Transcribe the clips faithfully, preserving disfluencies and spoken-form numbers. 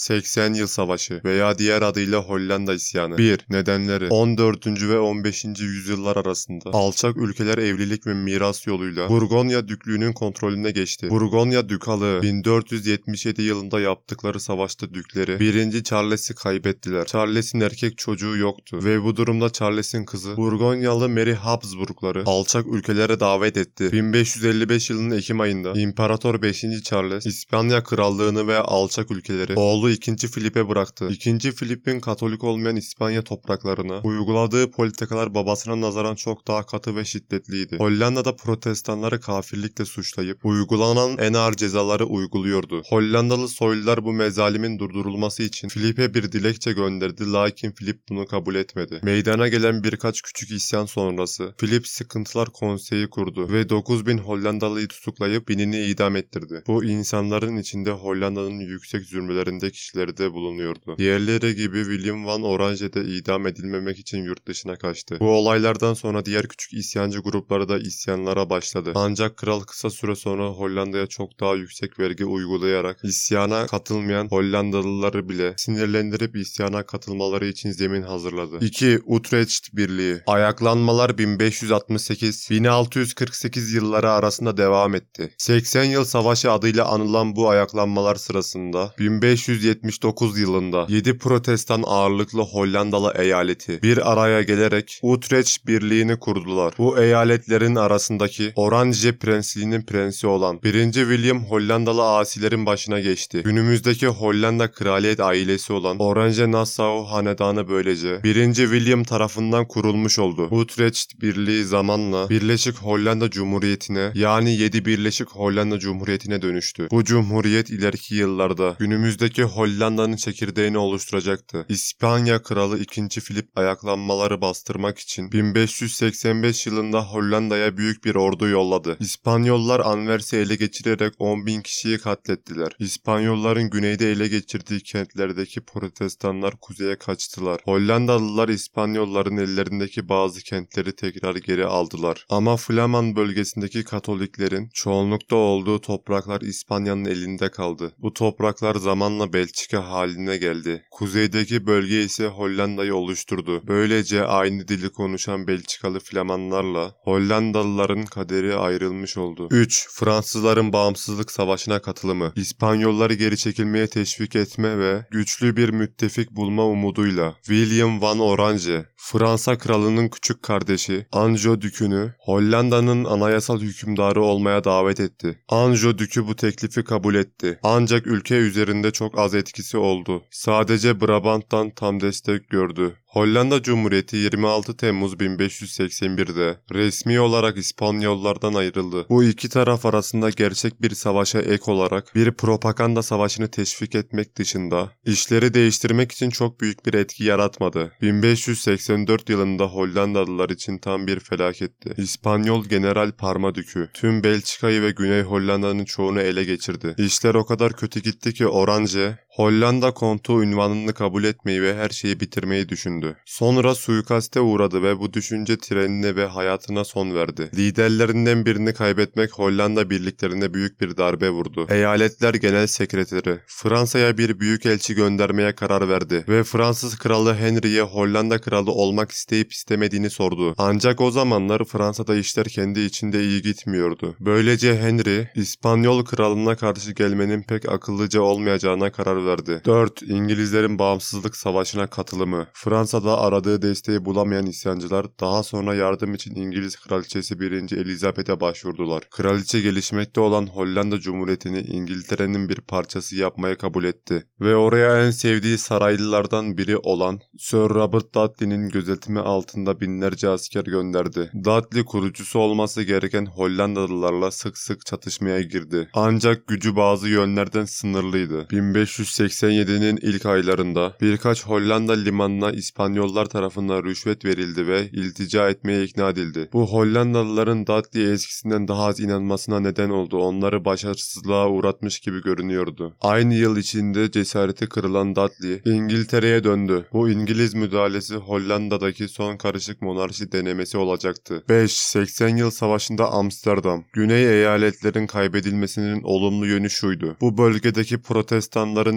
seksen Yıl Savaşı veya diğer adıyla Hollanda İsyanı. bir Nedenleri on dördüncü ve on beşinci yüzyıllar arasında alçak ülkeler evlilik ve miras yoluyla Burgonya Düklüğü'nün kontrolüne geçti. Burgonya Dükalığı bin dört yüz yetmiş yedi yılında yaptıkları savaşta dükleri birinci Charles'i kaybettiler. Charles'in erkek çocuğu yoktu ve bu durumda Charles'in kızı Burgonyalı Mary Habsburgları alçak ülkelere davet etti. bin beş yüz elli beş yılının Ekim ayında İmparator beşinci Charles İspanya Krallığını ve alçak ülkeleri oğlu ikinci Filip'e bıraktı. ikinci Filip'in Katolik olmayan İspanya topraklarına uyguladığı politikalar babasına nazaran çok daha katı ve şiddetliydi. Hollanda'da protestanları kafirlikle suçlayıp uygulanan en ağır cezaları uyguluyordu. Hollandalı soylular bu mezalimin durdurulması için Filip'e bir dilekçe gönderdi, lakin Filip bunu kabul etmedi. Meydana gelen birkaç küçük isyan sonrası Filip Sıkıntılar Konseyi kurdu ve dokuz bin Hollandalıyı tutuklayıp binini idam ettirdi. Bu insanların içinde Hollanda'nın yüksek zümrelerinde kişileri de bulunuyordu. Diğerleri gibi William van Orange de idam edilmemek için yurt dışına kaçtı. Bu olaylardan sonra diğer küçük isyancı grupları da isyanlara başladı. Ancak kral kısa süre sonra Hollanda'ya çok daha yüksek vergi uygulayarak isyana katılmayan Hollandalıları bile sinirlendirip isyana katılmaları için zemin hazırladı. iki Utrecht Birliği. Ayaklanmalar bin beş yüz altmış sekiz bin altı yüz kırk sekiz yılları arasında devam etti. seksen Yıl Savaşı adıyla anılan bu ayaklanmalar sırasında bin beş yüz yetmiş dokuz yılında yedi protestan ağırlıklı Hollandalı eyaleti bir araya gelerek Utrecht Birliği'ni kurdular. Bu eyaletlerin arasındaki Orange Prensliğinin prensi olan birinci William Hollandalı asilerin başına geçti. Günümüzdeki Hollanda kraliyet ailesi olan Orange Nassau hanedanı böylece birinci William tarafından kurulmuş oldu. Utrecht Birliği zamanla Birleşik Hollanda Cumhuriyeti'ne yani yedi Birleşik Hollanda Cumhuriyeti'ne dönüştü. Bu cumhuriyet ileriki yıllarda günümüzdeki Hollanda'nın çekirdeğini oluşturacaktı. İspanya Kralı ikinci Filip ayaklanmaları bastırmak için bin beş yüz seksen beş yılında Hollanda'ya büyük bir ordu yolladı. İspanyollar Anvers'i ele geçirerek on bin kişiyi katlettiler. İspanyolların güneyde ele geçirdiği kentlerdeki protestanlar kuzeye kaçtılar. Hollandalılar İspanyolların ellerindeki bazı kentleri tekrar geri aldılar. Ama Flaman bölgesindeki Katoliklerin çoğunlukta olduğu topraklar İspanya'nın elinde kaldı. Bu topraklar zamanla Belçika haline geldi. Kuzeydeki bölge ise Hollanda'yı oluşturdu. Böylece aynı dili konuşan Belçikalı Flamanlarla Hollandalıların kaderi ayrılmış oldu. üç Fransızların bağımsızlık savaşına katılımı. İspanyolları geri çekilmeye teşvik etme ve güçlü bir müttefik bulma umuduyla William van Orange, Fransa kralının küçük kardeşi Anjou Dükü'nü Hollanda'nın anayasal hükümdarı olmaya davet etti. Anjou Dükü bu teklifi kabul etti. Ancak ülke üzerinde çok az etkisi oldu. Sadece Brabant'tan tam destek gördü. Hollanda Cumhuriyeti yirmi altı Temmuz bin beş yüz seksen bir'de resmi olarak İspanyollardan ayrıldı. Bu iki taraf arasında gerçek bir savaşa ek olarak bir propaganda savaşını teşvik etmek dışında işleri değiştirmek için çok büyük bir etki yaratmadı. bin beş yüz seksen dört yılında Hollandalılar için tam bir felaketti. İspanyol General Parmadükü tüm Belçika'yı ve Güney Hollanda'nın çoğunu ele geçirdi. İşler o kadar kötü gitti ki Orange Hollanda kontu ünvanını kabul etmeyi ve her şeyi bitirmeyi düşündü. Sonra suikaste uğradı ve bu düşünce trenine ve hayatına son verdi. Liderlerinden birini kaybetmek Hollanda birliklerine büyük bir darbe vurdu. Eyaletler Genel Sekreteri Fransa'ya bir büyükelçi göndermeye karar verdi ve Fransız Kralı Henry'ye Hollanda kralı olmak isteyip istemediğini sordu. Ancak o zamanlar Fransa'da işler kendi içinde iyi gitmiyordu. Böylece Henry, İspanyol kralına karşı gelmenin pek akıllıca olmayacağına karar verdi. dört İngilizlerin bağımsızlık savaşına katılımı. Fransa'da aradığı desteği bulamayan isyancılar daha sonra yardım için İngiliz Kraliçesi birinci Elizabeth'e başvurdular. Kraliçe gelişmekte olan Hollanda Cumhuriyeti'ni İngiltere'nin bir parçası yapmaya kabul etti ve oraya en sevdiği saraylılardan biri olan Sir Robert Dudley'nin gözetimi altında binlerce asker gönderdi. Dudley kurucusu olması gereken Hollandalılarla sık sık çatışmaya girdi. Ancak gücü bazı yönlerden sınırlıydı. bin beş yüz seksen yedi'nin ilk aylarında birkaç Hollanda limanına İspanyollar tarafından rüşvet verildi ve iltica etmeye ikna edildi. Bu Hollandalıların Dudley'e eskisinden daha az inanmasına neden oldu. Onları başarısızlığa uğratmış gibi görünüyordu. Aynı yıl içinde cesareti kırılan Dudley İngiltere'ye döndü. Bu İngiliz müdahalesi Hollanda'daki son karışık monarşi denemesi olacaktı. beş seksen Yıl Savaşı'nda Amsterdam. Güney eyaletlerin kaybedilmesinin olumlu yönü şuydu: bu bölgedeki protestanların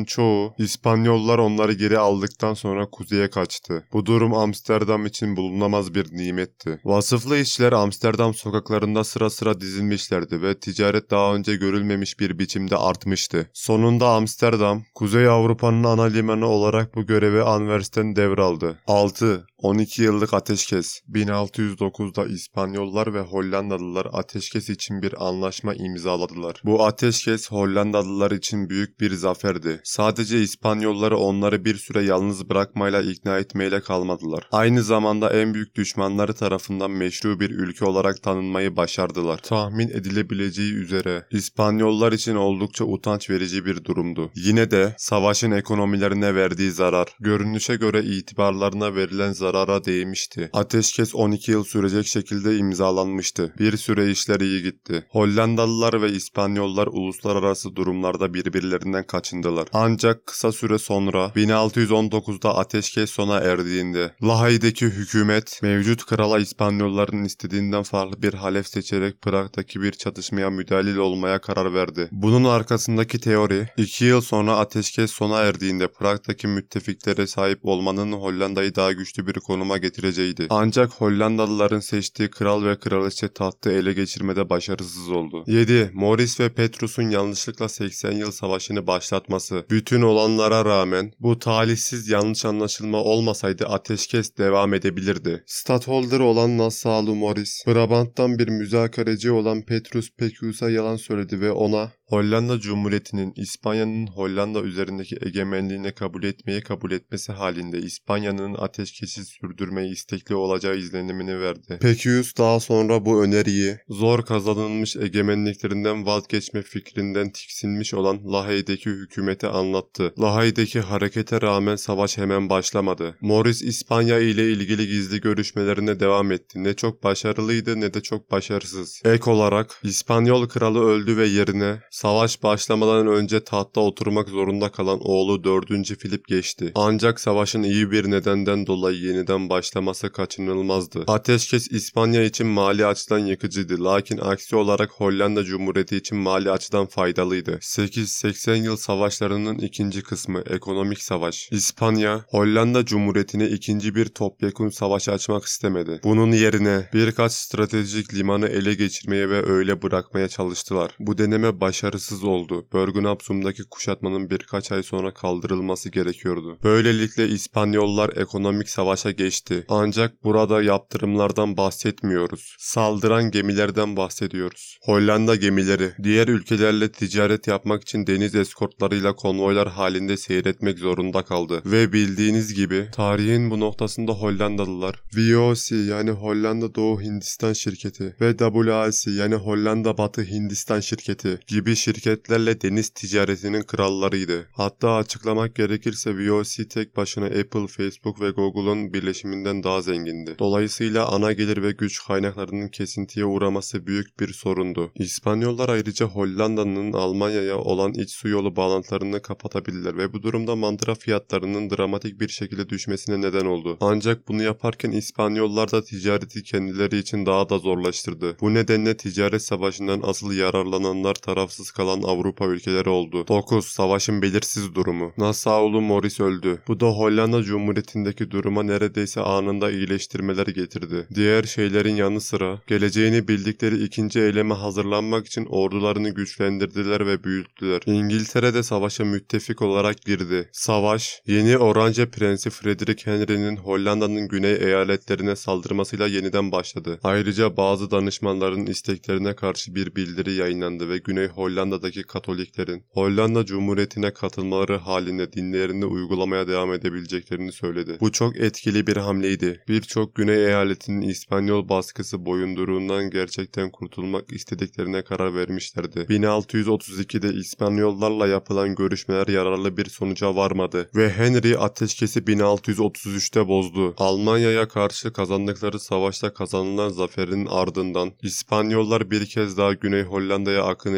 nüfusun çoğu İspanyollar onları geri aldıktan sonra kuzeye kaçtı. Bu durum Amsterdam için bulunamaz bir nimetti. Vasıflı işçiler Amsterdam sokaklarında sıra sıra dizilmişlerdi ve ticaret daha önce görülmemiş bir biçimde artmıştı. Sonunda Amsterdam, Kuzey Avrupa'nın ana limanı olarak bu görevi Anvers'ten devraldı. altı. on iki yıllık ateşkes. bin altı yüz dokuzda İspanyollar ve Hollandalılar ateşkes için bir anlaşma imzaladılar. Bu ateşkes Hollandalılar için büyük bir zaferdi. Sadece İspanyolları onları bir süre yalnız bırakmayla ikna etmeyle kalmadılar. Aynı zamanda en büyük düşmanları tarafından meşru bir ülke olarak tanınmayı başardılar. Tahmin edilebileceği üzere İspanyollar için oldukça utanç verici bir durumdu. Yine de savaşın ekonomilerine verdiği zarar, görünüşe göre itibarlarına verilen zarara değmişti. Ateşkes on iki yıl sürecek şekilde imzalanmıştı. Bir süre işler iyi gitti. Hollandalılar ve İspanyollar uluslararası durumlarda birbirlerinden kaçındılar. Ancak kısa süre sonra bin altı yüz on dokuzda ateşkes sona erdiğinde Lahey'deki hükümet mevcut krala İspanyolların istediğinden farklı bir halef seçerek Prag'daki bir çatışmaya müdahil olmaya karar verdi. Bunun arkasındaki teori, iki yıl sonra ateşkes sona erdiğinde Prag'daki müttefiklere sahip olmanın Hollanda'yı daha güçlü bir konuma getireceğiydi. Ancak Hollandalıların seçtiği kral ve kraliçe tahtı ele geçirmede başarısız oldu. yedi. Maurice ve Petrus'un yanlışlıkla seksen yıl savaşını başlatması. Bütün olanlara rağmen bu talihsiz yanlış anlaşılma olmasaydı ateşkes devam edebilirdi. Stadtholder olan Nassau'lu Maurice, Brabant'tan bir müzakereci olan Petrus Pecius'a yalan söyledi ve ona Hollanda Cumhuriyeti'nin İspanya'nın Hollanda üzerindeki egemenliğini kabul etmeyi kabul etmesi halinde İspanya'nın ateşkesi sürdürmeyi istekli olacağı izlenimini verdi. Pecius daha sonra bu öneriyi zor kazanılmış egemenliklerinden vazgeçme fikrinden tiksinmiş olan Lahey'deki hükümete anlattı. Lahey'deki harekete rağmen savaş hemen başlamadı. Maurice İspanya ile ilgili gizli görüşmelerine devam etti. Ne çok başarılıydı ne de çok başarısız. Ek olarak İspanyol kralı öldü ve yerine savaş başlamadan önce tahta oturmak zorunda kalan oğlu dördüncü Philip geçti. Ancak savaşın iyi bir nedenden dolayı yeniden başlaması kaçınılmazdı. Ateşkes İspanya için mali açıdan yıkıcıydı. Lakin aksi olarak Hollanda Cumhuriyeti için mali açıdan faydalıydı. sekiz seksen yıl savaşlarının ikinci kısmı ekonomik savaş. İspanya, Hollanda Cumhuriyeti'ne ikinci bir topyekun savaş açmak istemedi. Bunun yerine birkaç stratejik limanı ele geçirmeye ve öyle bırakmaya çalıştılar. Bu deneme başarısız oldu. Bergen-op-Zoom'daki kuşatmanın birkaç ay sonra kaldırılması gerekiyordu. Böylelikle İspanyollar ekonomik savaşa geçti. Ancak burada yaptırımlardan bahsetmiyoruz. Saldıran gemilerden bahsediyoruz. Hollanda gemileri diğer ülkelerle ticaret yapmak için deniz eskortlarıyla konvoylar halinde seyretmek zorunda kaldı. Ve bildiğiniz gibi tarihin bu noktasında Hollandalılar V O C yani Hollanda Doğu Hindistan Şirketi ve W A C yani Hollanda Batı Hindistan Şirketi gibi şirketlerle deniz ticaretinin krallarıydı. Hatta açıklamak gerekirse V O C tek başına Apple, Facebook ve Google'un birleşiminden daha zengindi. Dolayısıyla ana gelir ve güç kaynaklarının kesintiye uğraması büyük bir sorundu. İspanyollar ayrıca Hollanda'nın Almanya'ya olan iç su yolu bağlantılarını kapatabilirler ve bu durumda mandıra fiyatlarının dramatik bir şekilde düşmesine neden oldu. Ancak bunu yaparken İspanyollar da ticareti kendileri için daha da zorlaştırdı. Bu nedenle ticaret savaşından asıl yararlananlar tarafsız kalan Avrupa ülkeleri oldu. dokuz. Savaşın belirsiz durumu. Nassau'lu Maurice öldü. Bu da Hollanda Cumhuriyeti'ndeki duruma neredeyse anında iyileştirmeler getirdi. Diğer şeylerin yanı sıra geleceğini bildikleri ikinci eyleme hazırlanmak için ordularını güçlendirdiler ve büyüttüler. İngiltere de savaşa müttefik olarak girdi. Savaş, yeni Orange Prensi Frederick Henry'nin Hollanda'nın güney eyaletlerine saldırmasıyla yeniden başladı. Ayrıca bazı danışmanların isteklerine karşı bir bildiri yayınlandı ve Güney Hollanda'daki Katoliklerin Hollanda Cumhuriyeti'ne katılmaları halinde dinlerini uygulamaya devam edebileceklerini söyledi. Bu çok etkili bir hamleydi. Birçok Güney eyaletinin İspanyol baskısı boyunduruğundan gerçekten kurtulmak istediklerine karar vermişlerdi. bin altı yüz otuz ikide İspanyollarla yapılan görüşmeler yararlı bir sonuca varmadı ve Henry ateşkesi bin altı yüz otuz üçte bozdu. Almanya'ya karşı kazandıkları savaşta kazanılan zaferin ardından İspanyollar bir kez daha Güney Hollanda'ya akın ettiler.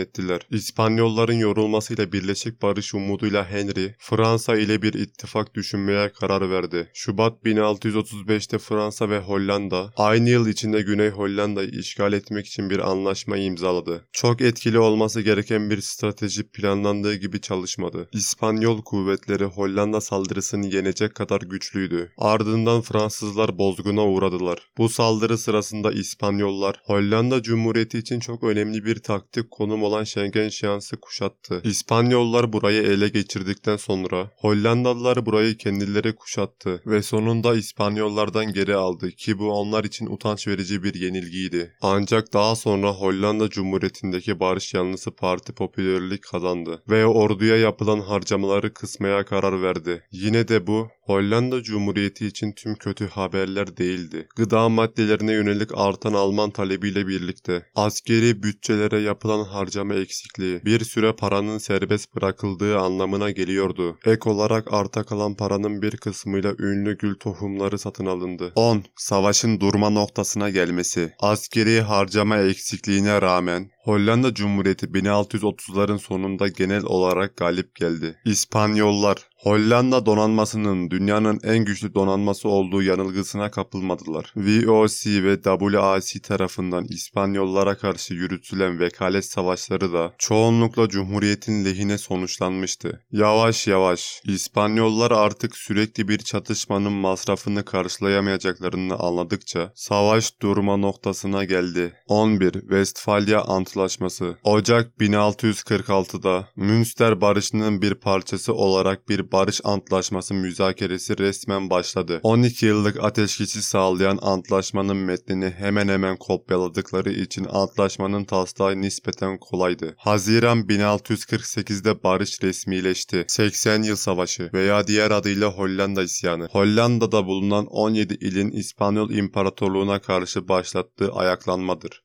İspanyolların yorulmasıyla birleşik barış umuduyla Henry, Fransa ile bir ittifak düşünmeye karar verdi. Şubat bin altı yüz otuz beşte Fransa ve Hollanda, aynı yıl içinde Güney Hollanda'yı işgal etmek için bir anlaşma imzaladı. Çok etkili olması gereken bir strateji planlandığı gibi çalışmadı. İspanyol kuvvetleri Hollanda saldırısını yenecek kadar güçlüydü. Ardından Fransızlar bozguna uğradılar. Bu saldırı sırasında İspanyollar, Hollanda Cumhuriyeti için çok önemli bir taktik konum olan Şengenşians'ı kuşattı. İspanyollar burayı ele geçirdikten sonra Hollandalılar burayı kendileri kuşattı ve sonunda İspanyollardan geri aldı ki bu onlar için utanç verici bir yenilgiydi. Ancak daha sonra Hollanda Cumhuriyeti'ndeki barış yanlısı parti popülerlik kazandı ve orduya yapılan harcamaları kısmaya karar verdi. Yine de bu Hollanda Cumhuriyeti için tüm kötü haberler değildi. Gıda maddelerine yönelik artan Alman talebiyle birlikte askeri bütçelere yapılan harcama eksikliği bir süre paranın serbest bırakıldığı anlamına geliyordu. Ek olarak arta kalan paranın bir kısmıyla ünlü gül tohumları satın alındı. on. Savaşın durma noktasına gelmesi. Askeri harcama eksikliğine rağmen Hollanda Cumhuriyeti bin altı yüz otuzların sonunda genel olarak galip geldi. İspanyollar Hollanda donanmasının dünyanın en güçlü donanması olduğu yanılgısına kapılmadılar. V O C ve W A C tarafından İspanyollara karşı yürütülen vekalet savaşları da çoğunlukla Cumhuriyet'in lehine sonuçlanmıştı. Yavaş yavaş İspanyollar artık sürekli bir çatışmanın masrafını karşılayamayacaklarını anladıkça savaş durma noktasına geldi. on bir. Westfalia Antlaşması. Ocak bin altı yüz kırk altıda Münster Barışı'nın bir parçası olarak bir barış antlaşması müzakeresi resmen başladı. on iki yıllık ateşkesi sağlayan antlaşmanın metnini hemen hemen kopyaladıkları için antlaşmanın taslağı nispeten kolaydı. Haziran bin altı yüz kırk sekizde barış resmileşti. seksen Yıl Savaşı veya diğer adıyla Hollanda İsyanı. Hollanda'da bulunan on yedi ilin İspanyol İmparatorluğu'na karşı başlattığı ayaklanmadır.